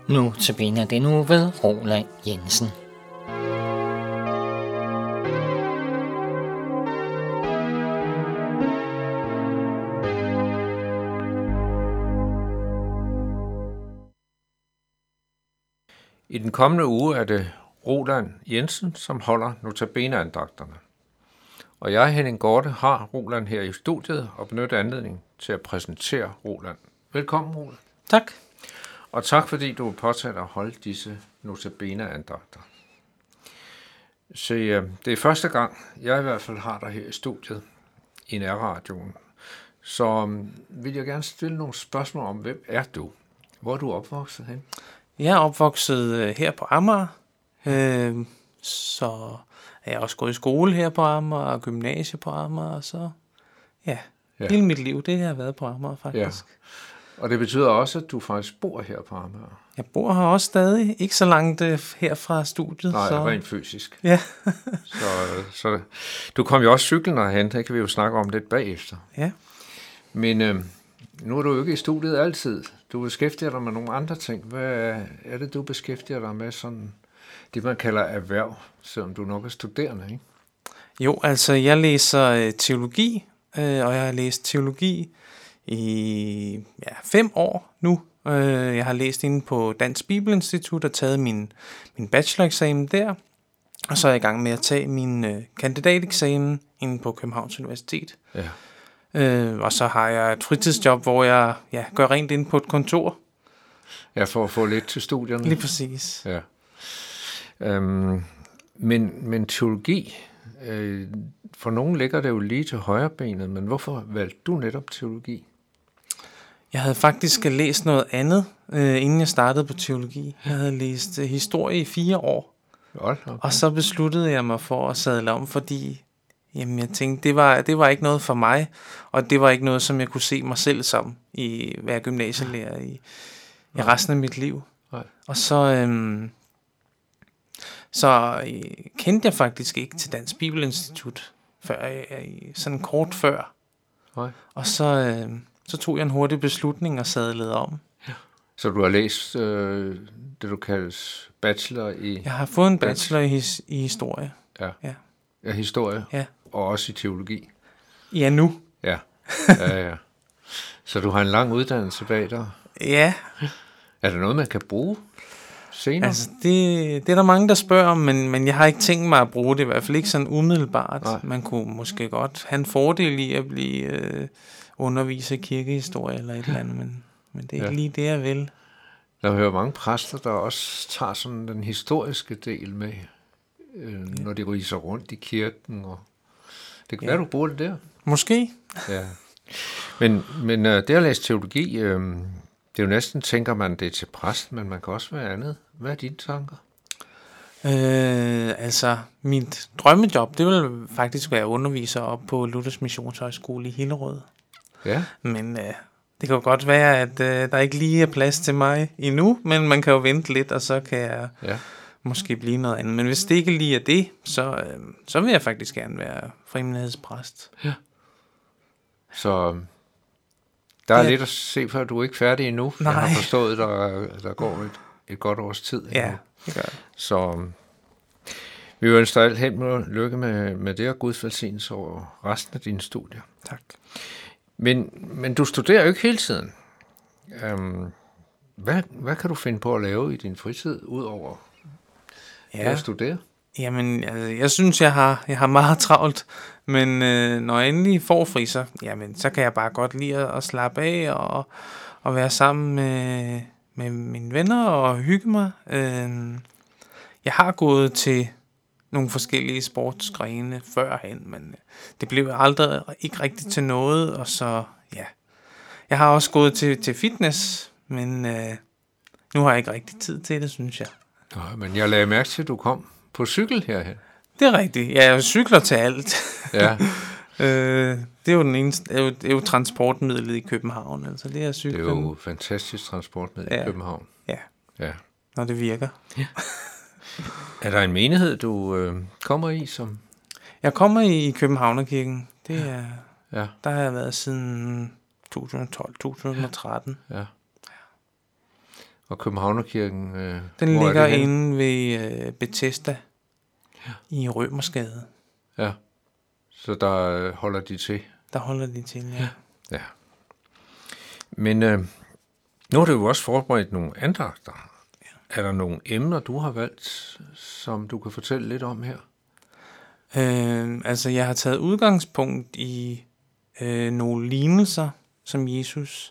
Nu tabiner det nu ved Roland Jensen. I den kommende uge er det Roland Jensen, som holder notabeneandagterne. Og jeg, Henning Gorte, har Roland her i studiet og benytter anledningen til at præsentere Roland. Velkommen, Roland. Tak. Og tak, fordi du har påtaget at holde disse notabeneandagter. Så det er første gang, jeg i hvert fald har dig her i studiet i nærradioen. Så vil jeg gerne stille nogle spørgsmål om, hvem er du? Hvor er du opvokset hen? Jeg er opvokset her på Amager, så er jeg også gået i skole her på Amager og gymnasie på Amager, og så hele mit liv, det har været på Amager faktisk. Ja. Og det betyder også, at du faktisk bor her på Amager? Jeg bor her også stadig, ikke så langt her fra studiet. Nej, så rent fysisk. Ja. så du kom jo også cyklen derhen, det kan vi jo snakke om lidt bagefter. Ja. Men nu er du jo ikke i studiet altid. Du beskæftiger dig med nogle andre ting. Hvad er det, du beskæftiger dig med, sådan det man kalder erhverv, selvom du nok er studerende, ikke? Jo, altså jeg læser teologi, og jeg har læst teologi i 5 år nu. Jeg har læst inde på Dansk Bibelinstitut og taget min bacheloreksamen der. Og så er jeg i gang med at tage min kandidateksamen inde på Københavns Universitet. Ja. Og så har jeg et fritidsjob, hvor jeg gør rent inde på et kontor. Ja, for at få lidt til studierne. Lige præcis. Ja. Men teologi, for nogen ligger det jo lige til højre benet, men hvorfor valgte du netop teologi? Jeg havde faktisk læst noget andet, inden jeg startede på teologi. Jeg havde læst historie i 4 år. Okay. Og så besluttede jeg mig for at sadle om, fordi jeg tænkte, det var ikke noget for mig, og det var ikke noget, som jeg kunne se mig selv som i være gymnasielærer i resten af mit liv. Nej. Og så kendte jeg faktisk ikke til Dansk Bibelinstitut før, sådan kort før. Nej. Og så tog jeg en hurtig beslutning og sadlede om. Ja. Så du har læst det, du kaldes bachelor i... Jeg har fået en bachelor i historie. Ja. Ja, historie. Ja. Og også i teologi. Ja, nu. Ja. Så du har en lang uddannelse bag dig? Ja. Er det noget, man kan bruge senere? Altså, det er der mange, der spørger om, men jeg har ikke tænkt mig at bruge det, i hvert fald ikke sådan umiddelbart. Nej. Man kunne måske godt have en fordel i at blive underviser i kirkehistorie eller et eller andet, men det er ikke lige det, jeg vil. Der hører mange præster, der også tager sådan den historiske del med, når de ryser rundt i kirken. Og det kan være, du bruger det der. Måske. Ja. Men det at læse teologi, det er jo næsten, tænker man, det er til præst, men man kan også være andet. Hvad er dine tanker? Altså, mit drømmejob, det vil faktisk være underviser op på Luthers Missionshøjskole i Hillerød. Ja. Men det kan jo godt være, at der ikke lige er plads til mig endnu, men man kan jo vente lidt, og så kan jeg måske blive noget andet. Men hvis det ikke lige er det, så vil jeg faktisk gerne være fremmedighedspræst. Ja. Så der er lidt at se, for at du er ikke færdig endnu. Nej. Jeg har forstået, der går et godt års tid endnu. Ja, det gør det. Så vi ønsker alt held og lykke med det, og Guds velsignelse over resten af dine studier. Tak. Men du studerer jo ikke hele tiden. Hvad kan du finde på at lave i din fritid, udover at studere? Jamen, jeg synes, jeg har meget travlt, men når jeg endelig får fri, så kan jeg bare godt lide at slappe af og være sammen med mine venner og hygge mig. Jeg har gået til nogle forskellige sportsgrene førhen, men det blev aldrig ikke rigtigt til noget, og så, jeg har også gået til fitness, men nu har jeg ikke rigtig tid til det, synes jeg. Nej, men jeg lagde mærke til, at du kom på cykel herhen. Det er rigtigt. Ja, jeg cykler til alt. Ja. Det er jo den eneste, det er jo transportmidlet i København, altså det er cyklen. Det er jo fantastisk transportmiddel i København. Ja. Når det virker. Ja. Er der en menighed, du kommer i som? Jeg kommer i Københavnerkirken. Det er, der har jeg været siden 2012-2013. Ja. Og Københavnerkirken, Den hvor ligger er det henne? inde ved Bethesda i Rømersgade. Ja, så der holder de til. Der holder de til, ja. Ja. Men nu har du jo også forberedt nogle andagter. Ja. Er der nogle emner, du har valgt, som du kan fortælle lidt om her? Altså, jeg har taget udgangspunkt i nogle lignelser, som Jesus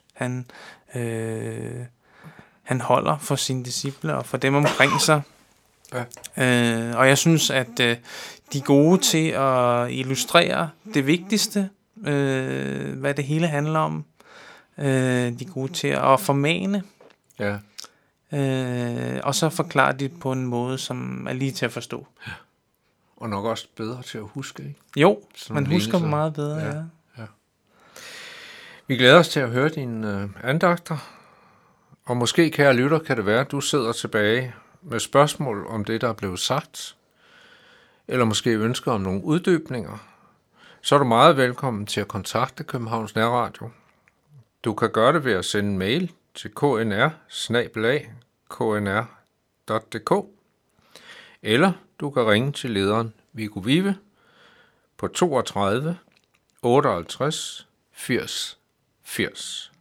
han holder for sine disciple og for dem omkring sig. Ja. Og jeg synes, at de er gode til at illustrere det vigtigste, hvad det hele handler om. De er gode til at formane. Ja. Og så forklarer de det på en måde, som er lige til at forstå. Ja. Og nok også bedre til at huske, ikke? Jo, sådan man husker meget bedre, ja. Vi glæder os til at høre dine andagter. Og måske, kære lytter, kan det være, at du sidder tilbage med spørgsmål om det, der er blevet sagt, eller måske ønsker om nogle uddybninger, så er du meget velkommen til at kontakte Københavns Nærradio. Du kan gøre det ved at sende en mail til knr@knr.dk, eller du kan ringe til lederen Viggo Vive på 32 58 80 80.